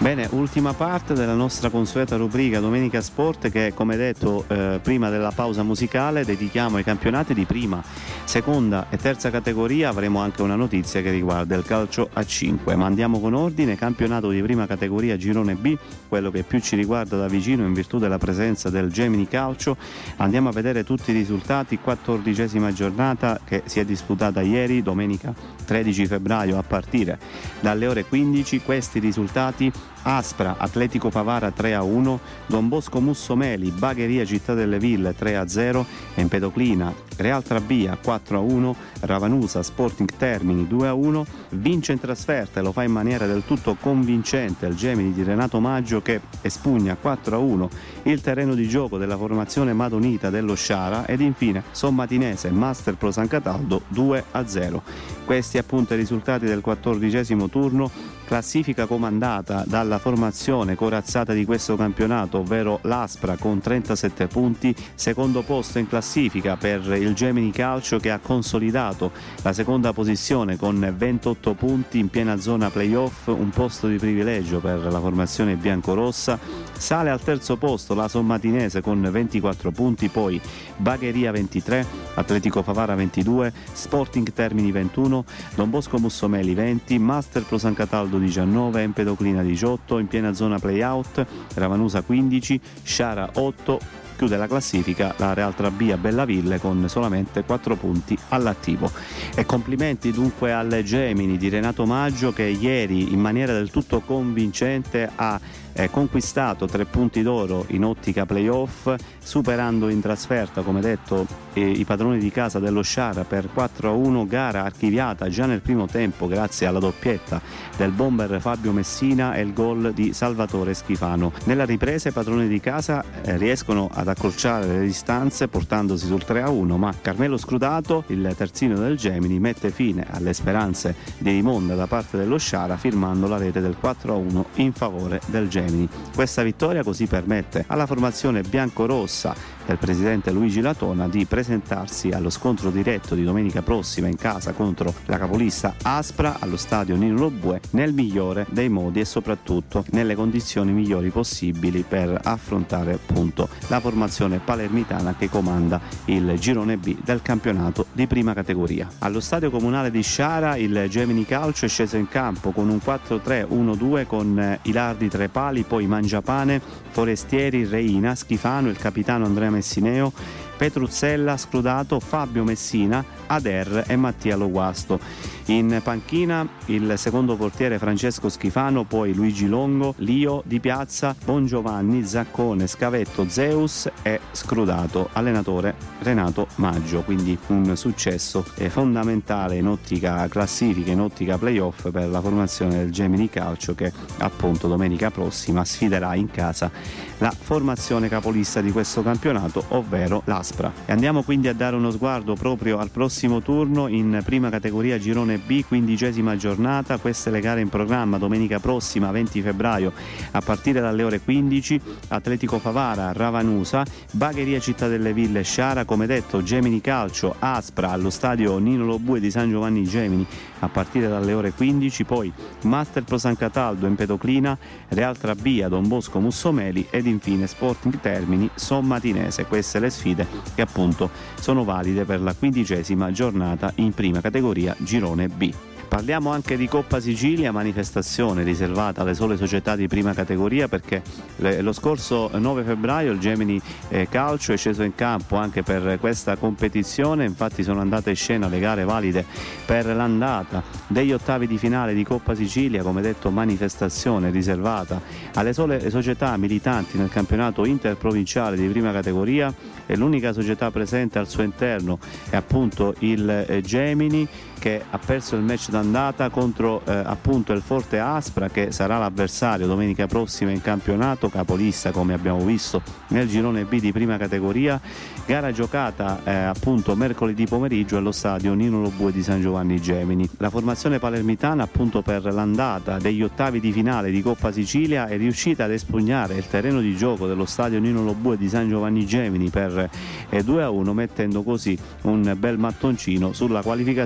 Speaker 2: Bene, ultima parte della nostra consueta rubrica Domenica Sport che, come detto prima della pausa musicale, dedichiamo ai campionati di prima, seconda e terza categoria. Avremo anche una notizia che riguarda il calcio a 5, ma andiamo con ordine. Campionato di prima categoria Girone B, quello che più ci riguarda da vicino in virtù della presenza del Gemini Calcio. Andiamo a vedere tutti i risultati. 14ª giornata che si è disputata ieri, domenica 13 febbraio, a partire dalle ore 15. Questi risultati: Aspra Atletico Favara 3-1, Don Bosco Mussomeli Bagheria Città delle Ville 3-0, Empedoclina Real Trabia 4-1, Ravanusa Sporting Termini 2-1. Vince in trasferta e lo fa in maniera del tutto convincente il Gemini di Renato Maggio, che espugna 4-1 il terreno di gioco della formazione madonita dello Sciara. Ed infine Sommatinese Master Pro San Cataldo 2-0. Questi appunto i risultati del 14° turno. Classifica comandata dalla formazione corazzata di questo campionato, ovvero l'Aspra con 37 punti, secondo posto in classifica per il Gemini Calcio, che ha consolidato la seconda posizione con 28 punti in piena zona playoff, un posto di privilegio per la formazione biancorossa. Sale al terzo posto la Sommatinese con 24 punti, poi Bagheria 23, Atletico Favara 22, Sporting Termini 21, Don Bosco Mussomeli 20, Master Pro San Cataldo 19, Empedoclina 18, in piena zona play-out, Ravanusa 15, Sciara 8. Chiude la classifica la Real Trabia Bellaville con solamente 4 punti all'attivo. E complimenti dunque al Gemini di Renato Maggio, che ieri in maniera del tutto convincente ha conquistato 3 punti d'oro in ottica playoff, superando in trasferta, come detto, i padroni di casa dello Sciara per 4-1, gara archiviata già nel primo tempo grazie alla doppietta del bomber Fabio Messina e il gol di Salvatore Schifano. Nella ripresa i padroni di casa riescono ad accorciare le distanze portandosi sul 3-1, ma Carmelo Scrutato, il terzino del Gemini, mette fine alle speranze di rimonta da parte dello Sciara firmando la rete del 4-1 in favore del Gemini. Questa vittoria così permette alla formazione biancorossa del presidente Luigi Latona di presentarsi allo scontro diretto di domenica prossima in casa contro la capolista Aspra allo stadio Nino Lobue nel migliore dei modi e soprattutto nelle condizioni migliori possibili per affrontare appunto la formazione palermitana che comanda il girone B del campionato di prima categoria. Allo stadio comunale di Sciara il Gemini Calcio è sceso in campo con un 4-3-1-2 con Ilardi Trepali, poi Mangiapane, Forestieri, Reina, Schifano, il capitano Andrea Messineo, Petruzzella, Scrudato, Fabio Messina, Ader e Mattia Loguasto. In panchina il secondo portiere Francesco Schifano, poi Luigi Longo, Lio, Di Piazza, Bongiovanni, Zaccone, Scavetto, Zeus e Scrudato, allenatore Renato Maggio. Quindi un successo fondamentale in ottica classifica, in ottica playoff per la formazione del Gemini Calcio, che appunto domenica prossima sfiderà in casa la formazione capolista di questo campionato, ovvero l'Aspra. E andiamo quindi a dare uno sguardo proprio al prossimo turno in prima categoria Girone B, 15ª giornata. Queste le gare in programma domenica prossima 20 febbraio a partire dalle ore 15. Atletico Favara Ravanusa, Bagheria Città delle Ville Sciara, come detto Gemini Calcio Aspra allo stadio Nino Lobue di San Giovanni Gemini a partire dalle ore 15, poi Master Pro San Cataldo Empedoclina, Real Trabia Don Bosco Mussomeli ed infine Sporting Termini Sommatinese. Queste le sfide che appunto sono valide per la 15ª giornata in prima categoria Girone B. Parliamo anche di Coppa Sicilia, manifestazione riservata alle sole società di prima categoria, perché lo scorso 9 febbraio il Gemini Calcio è sceso in campo anche per questa competizione. Infatti sono andate in scena le gare valide per l'andata degli ottavi di finale di Coppa Sicilia, come detto manifestazione riservata alle sole società militanti nel campionato interprovinciale di prima categoria, e l'unica società presente al suo interno è appunto il Gemini, che ha perso il match d'andata contro appunto il Forte Aspra, che sarà l'avversario domenica prossima in campionato, capolista come abbiamo visto nel girone B di prima categoria. Gara giocata appunto mercoledì pomeriggio allo stadio Nino Lobue di San Giovanni Gemini. La formazione palermitana appunto per l'andata degli ottavi di finale di Coppa Sicilia è riuscita ad espugnare il terreno di gioco dello stadio Nino Lobue di San Giovanni Gemini per 2-1, mettendo così un bel mattoncino sulla qualificazione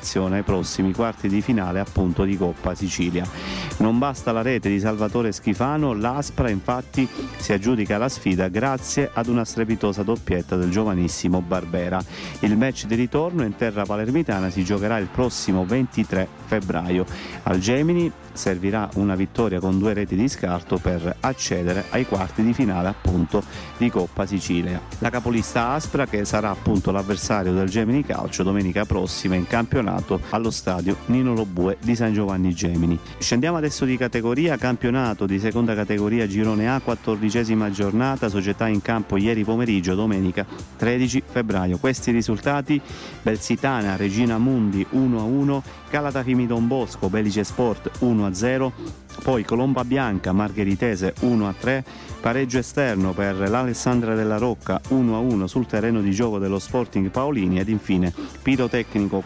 Speaker 2: prossimi quarti di finale appunto di Coppa Sicilia. Non basta la rete di Salvatore Schifano, l'Aspra infatti si aggiudica la sfida grazie ad una strepitosa doppietta del giovanissimo Barbera. Il match di ritorno in terra palermitana si giocherà il prossimo 23 febbraio. Al Gemini servirà una vittoria con 2 reti di scarto per accedere ai quarti di finale appunto di Coppa Sicilia. La capolista Aspra, che sarà appunto l'avversario del Gemini Calcio domenica prossima in campionato allo stadio Nino Lobue di San Giovanni Gemini. Scendiamo adesso di categoria, campionato di seconda categoria Girone A, 14ª giornata, società in campo ieri pomeriggio, domenica 13 febbraio. Questi risultati: Belsitana Regina Mundi 1-1, Calatafimi Don Bosco Belice Sport 1-0, poi Colomba Bianca Margheritese 1-3, pareggio esterno per l'Alessandria della Rocca 1-1 sul terreno di gioco dello Sporting Paolini ed infine pirotecnico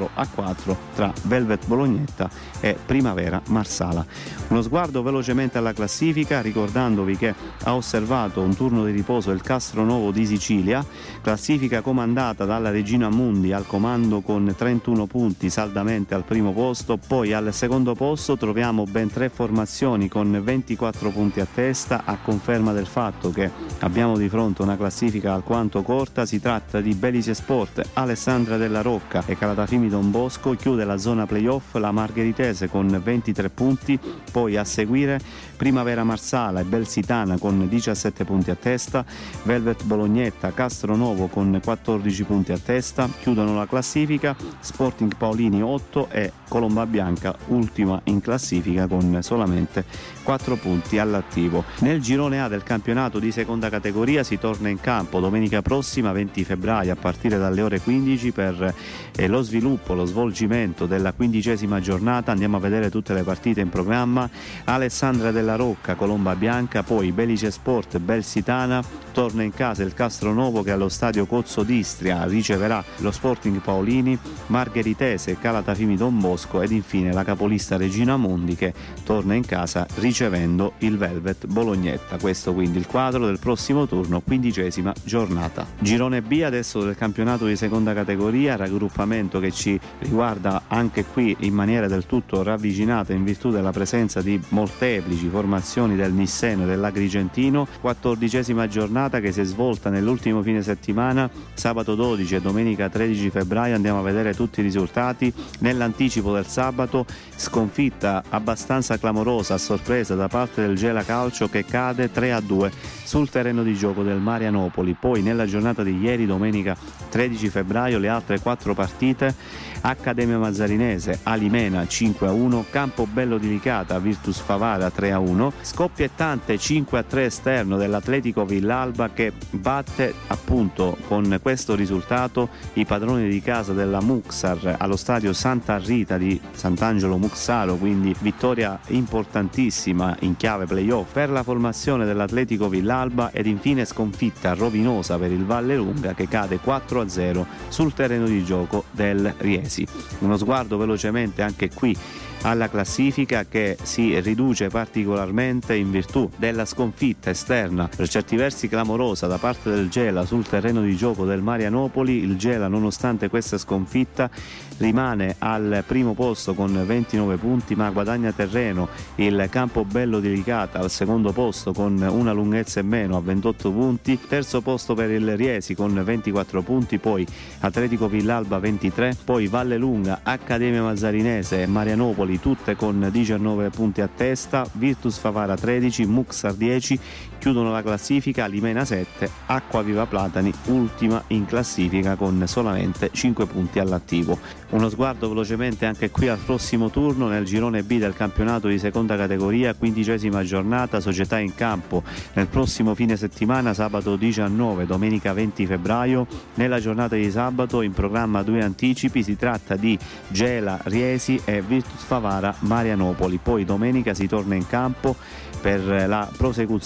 Speaker 2: 4-4 tra Velvet Bolognetta e Primavera Marsala. Uno sguardo velocemente alla classifica, ricordandovi che ha osservato un turno di riposo il Castronovo di Sicilia, classifica comandata dalla Regina Mundi al comando con 31 punti saldamente al primo posto, poi al secondo posto troviamo ben 3 formazioni con 24 punti a testa, a conferma del fatto che abbiamo di fronte una classifica alquanto corta. Si tratta di Belice Sport, Alessandria della Rocca e Calatafimi Don Bosco. Chiude la zona playoff la Margheritese con 23 punti, poi a seguire Primavera Marsala e Belsitana con 17 punti a testa, Velvet Bolognetta, Castronovo con 14 punti a testa, chiudono la classifica Sporting Paolini 8 e Colomba Bianca ultima in classifica con solamente 4 punti all'attivo. Nel girone A del campionato di seconda categoria si torna in campo domenica prossima 20 febbraio a partire dalle ore 15 per lo sviluppo, lo svolgimento della 15ª giornata. Andiamo a vedere tutte le partite in programma: Alessandria della Rocca, Colomba Bianca, poi Belice Sport, Belsitana, torna in casa il Castronovo che allo stadio Cozzo d'Istria riceverà lo Sporting Paolini, Margheritese, Calatafimi Don Bosco ed infine la capolista Regina Mundi che torna in casa ricevendo il Velvet Bolognetta. Questo quindi il quadro del prossimo turno, 15ª giornata. Girone B adesso del campionato di seconda categoria, raggruppamento che ci riguarda anche qui in maniera del tutto ravvicinata in virtù della presenza di molteplici formazioni del Nisseno e dell'Agrigentino. 14ª giornata che si è svolta nell'ultimo fine settimana, sabato 12 e domenica 13 febbraio. Andiamo a vedere tutti i risultati. Nell'anticipo del sabato, sconfitta abbastanza clamorosa a sorpresa da parte del Gela Calcio che cade 3-2 sul terreno di gioco del Marianopoli. Poi nella giornata di ieri, domenica 13 febbraio, le altre 4 partite: Accademia Mazzarinese Alimena 5-1, Campobello di Licata Virtus Favara 3-1, scoppiettante 5-3 esterno dell'Atletico Villalba che batte appunto con questo risultato i padroni di casa della Muxar allo stadio Santa Rita di Sant'Angelo Muxaro, quindi vittoria importantissima in chiave playoff per la formazione dell'Atletico Villalba. Ed infine sconfitta rovinosa per il Vallelunga che cade 4-0 sul terreno di gioco del Riesi. Uno sguardo velocemente anche qui alla classifica che si riduce particolarmente in virtù della sconfitta esterna, per certi versi clamorosa, da parte del Gela sul terreno di gioco del Marianopoli. Il Gela, nonostante questa sconfitta, rimane al primo posto con 29 punti, ma guadagna terreno il Campobello di Licata al secondo posto con una lunghezza in meno a 28 punti, terzo posto per il Riesi con 24 punti, poi Atletico Villalba 23, poi Vallelunga, Accademia Mazzarinese e Marianopoli tutte con 19 punti a testa, Virtus Favara 13, Muxar 10, chiudono la classifica Alimena 7, Acquaviva Platani ultima in classifica con solamente 5 punti all'attivo. Uno sguardo velocemente anche qui al prossimo turno nel girone B del campionato di seconda categoria, 15ª giornata, società in campo nel prossimo fine settimana, sabato 19, domenica 20 febbraio. Nella giornata di sabato in programma 2 anticipi, si tratta di Gela Riesi e Virtus Favara Marianopoli. Poi domenica si torna in campo per la prosecuzione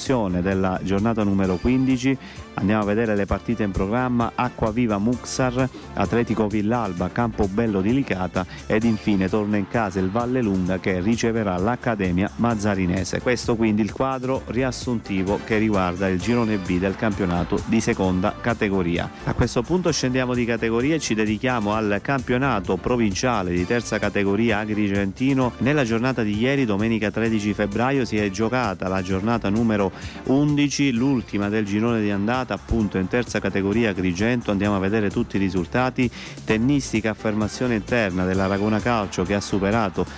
Speaker 2: della giornata numero 15. Andiamo a vedere le partite in programma: Acquaviva Muxar, Atletico Villalba, Campobello di Licata ed infine torna in casa il Vallelunga che riceverà l'Accademia Mazzarinese. Questo quindi il quadro riassuntivo che riguarda il girone B del campionato di seconda categoria. A questo punto scendiamo di categoria e ci dedichiamo al campionato provinciale di terza categoria Agrigentino. Nella giornata di ieri, domenica 13 febbraio, si è giocata la giornata numero 11, l'ultima del girone di andata appunto in terza categoria Agrigento. Andiamo a vedere tutti i risultati. Tennistica affermazione interna dell'Aragona Calcio che ha superato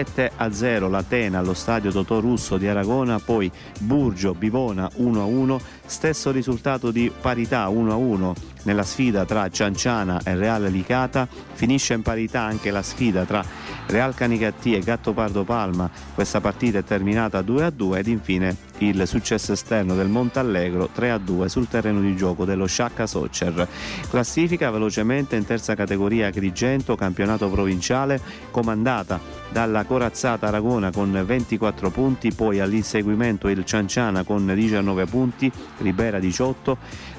Speaker 2: 7-0 l'Atena allo stadio Totò Russo di Aragona, poi Burgio Bivona 1-1, stesso risultato di parità 1-1 nella sfida tra Cianciana e Real Licata. Finisce in parità anche la sfida tra Real Canicattì e Gattopardo Palma, questa partita è terminata 2-2 ed infine il successo esterno del Montallegro 3-2 sul terreno di gioco dello Sciacca Soccer. Classifica velocemente in terza categoria Agrigento, campionato provinciale, comandata dalla corazzata Aragona con 24 punti, poi all'inseguimento il Cianciana con 19 punti, Ribera 18,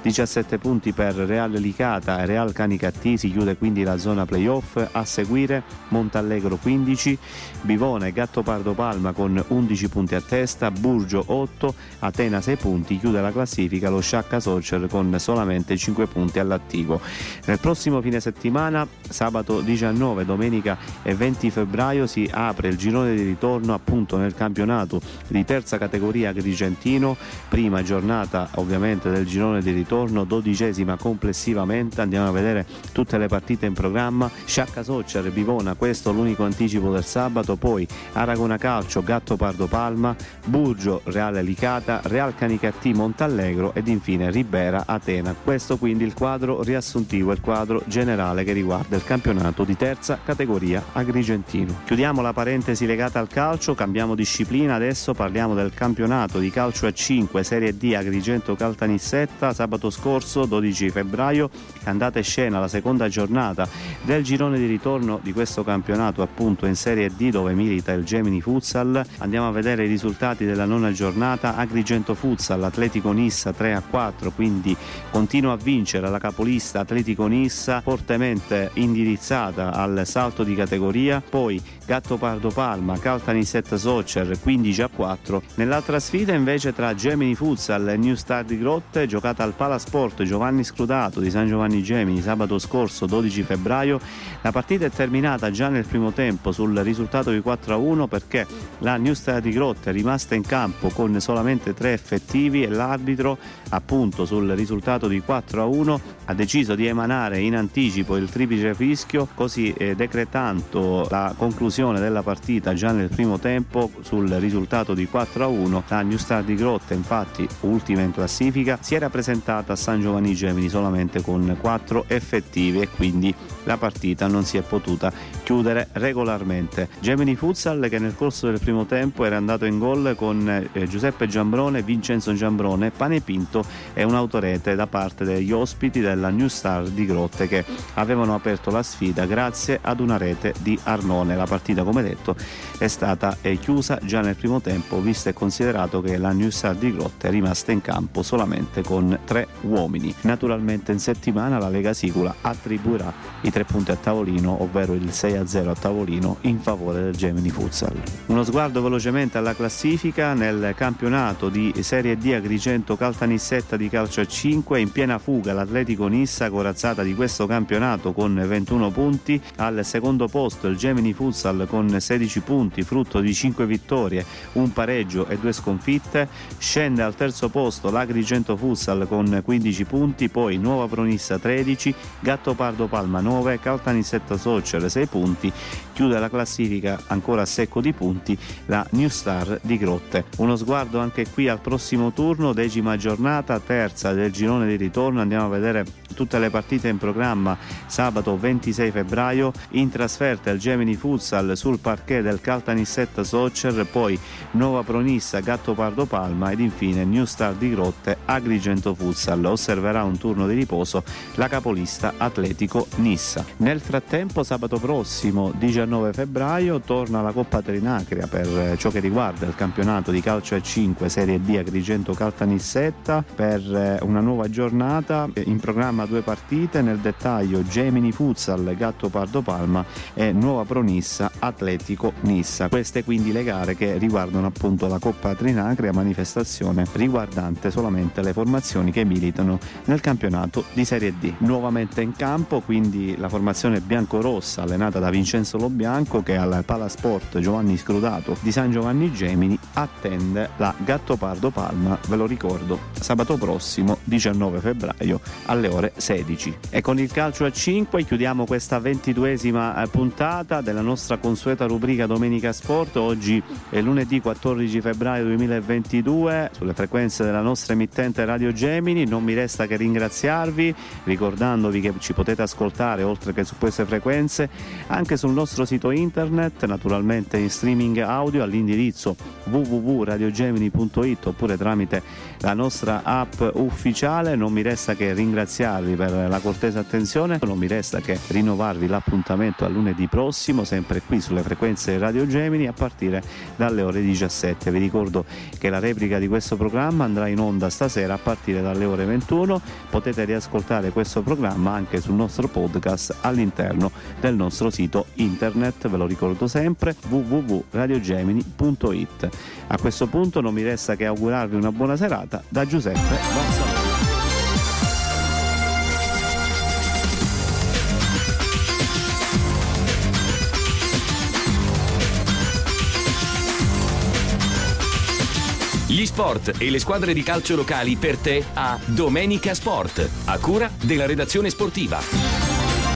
Speaker 2: 17 punti per Real Licata e Real Canicattì, si chiude quindi la zona playoff. A seguire Montallegro 15, Bivona e Gattopardo Palma con 11 punti a testa, Burgio 8, Atena 6 punti, chiude la classifica lo Sciacca Soccer con solamente 5 punti all'attivo. Nel prossimo fine settimana, sabato 19, domenica e 20 febbraio, si apre il girone di ritorno appunto nel campionato di terza categoria Agrigentino, prima giornata ovviamente del girone di ritorno, 12ª complessivamente. Andiamo a vedere tutte le partite in programma: Sciacca Soccer Bivona, questo l'unico anticipo del sabato, poi Aragona Calcio Gattopardo Palma, Burgio Reale Licata, Real Canicattì Montallegro ed infine Ribera Atena. Questo quindi il quadro riassuntivo, il quadro generale che riguarda il campionato di terza categoria Agrigentino. Chiudiamo la parentesi legata al calcio, cambiamo disciplina, adesso parliamo del campionato di calcio a 5 Serie D Agrigento Caltanissetta. Sabato scorso 12 febbraio è andata in scena la seconda giornata del girone di ritorno di questo campionato appunto in Serie D, dove milita il Gemini Futsal. Andiamo a vedere i risultati della nona giornata. Agrigento Futsal Atletico Nissa 3-4, quindi continua a vincere la capolista Atletico Nissa, fortemente indirizzata al salto di categoria. Poi Gattopardo Palma Caltanissetta Soccer 15-4. Nell'altra sfida invece tra Gemini Futsal e New Star di Grotte, giocata al Palasport Giovanni Scrutato di San Giovanni Gemini sabato scorso 12 febbraio, la partita è terminata già nel primo tempo sul risultato di 4-1 perché la New Star di Grotte è rimasta in campo con solamente 3 effettivi e l'arbitro appunto sul risultato di 4-1 ha deciso di emanare in anticipo il triplice fischio, così decretando la conclusione della partita già nel primo tempo sul risultato di 4-1. La New Star di Grotte, infatti ultima in classifica, si era presentata a San Giovanni Gemini solamente con 4 effettivi e quindi la partita non si è potuta chiudere regolarmente. Gemini Futsal, che nel corso del primo tempo era andato in gol con Giuseppe Giambrone, Vincenzo Giambrone, Pane Pinto e un'autorete da parte degli ospiti della New Star di Grotte, che avevano aperto la sfida grazie ad una rete di Arnone. La partita, come detto, è stata chiusa già nel primo tempo, visto e considerato che la New Star di Grotte è rimasta in campo solamente con 3 uomini. Naturalmente in settimana la Lega Sicula attribuirà i 3 punti a tavolino, ovvero il 6-0 a tavolino in favore del Gemini Futsal. Uno sguardo velocemente alla classifica. Nel campionato di Serie D Agrigento Caltanissetta di calcio a 5, in piena fuga l'Atletico Nissa, corazzata di questo campionato con 21 punti. Al secondo posto il Gemini Futsal con 16 punti, frutto di 5 vittorie, un pareggio e 2 sconfitte. Scende al terzo posto l'Agrigento Futsal con 15 punti, poi Nuova Pronissa 13, Gattopardo Palma 9, Caltanissetta Soccer 6 punti. Chiude la classifica ancora a secco di punti la New Star di Grotte. Uno sguardo anche qui al prossimo turno, 10ª giornata, terza del girone di ritorno. Andiamo a vedere tutte le partite in programma sabato 26 febbraio, in trasferta il Gemini Futsal sul parquet del Caltanissetta Soccer, poi Nuova Pronissa Gattopardo Palma ed infine New Star di Grotte Agrigento Futsal. Osserverà un turno di riposo la capolista Atletico Nissa. Nel frattempo sabato prossimo 19 febbraio torna la Coppa Trinacria per ciò che riguarda il campionato di calcio a 5 Serie D Agrigento Caltanissetta, per una nuova giornata in programma 2 partite, nel dettaglio Gemini Futsal Gattopardo Palma e Nuova Pronissa Atletico Nissa. Queste quindi le gare che riguardano appunto la Coppa Trinacria, manifestazione riguardante solamente le formazioni che militano nel campionato di Serie D. Nuovamente in campo quindi la formazione biancorossa allenata da Vincenzo Lobianco, che al Palasport Giovanni Scrutato di San Giovanni Gemini attende la Gattopardo Palma, ve lo ricordo, sabato prossimo 19 febbraio alle ore 16. E con il calcio a 5 chiudiamo questa 22esima puntata della nostra consueta rubrica Domenica Sport. Oggi è lunedì 14 febbraio 2022 sulle frequenze della nostra emittente Radio Gemini. Non mi resta che ringraziarvi, ricordandovi che ci potete ascoltare oltre che su queste frequenze anche sul nostro sito internet, naturalmente in streaming audio all'indirizzo www.radiogemini.it oppure tramite la nostra app ufficiale. Non mi resta che ringraziarvi per la cortese attenzione, non mi resta che rinnovarvi l'appuntamento a lunedì prossimo, sempre qui sulle frequenze di Radio Gemini a partire dalle ore 17. Vi ricordo che la replica di questo programma andrà in onda stasera a partire dalle ore 21. Potete riascoltare questo programma anche sul nostro podcast all'interno del nostro sito internet, ve lo ricordo sempre, www.radiogemini.it. A questo punto non mi resta che augurarvi una buona serata da Giuseppe Vazzalone.
Speaker 1: Gli sport e le squadre di calcio locali per te a Domenica Sport, a cura della redazione sportiva.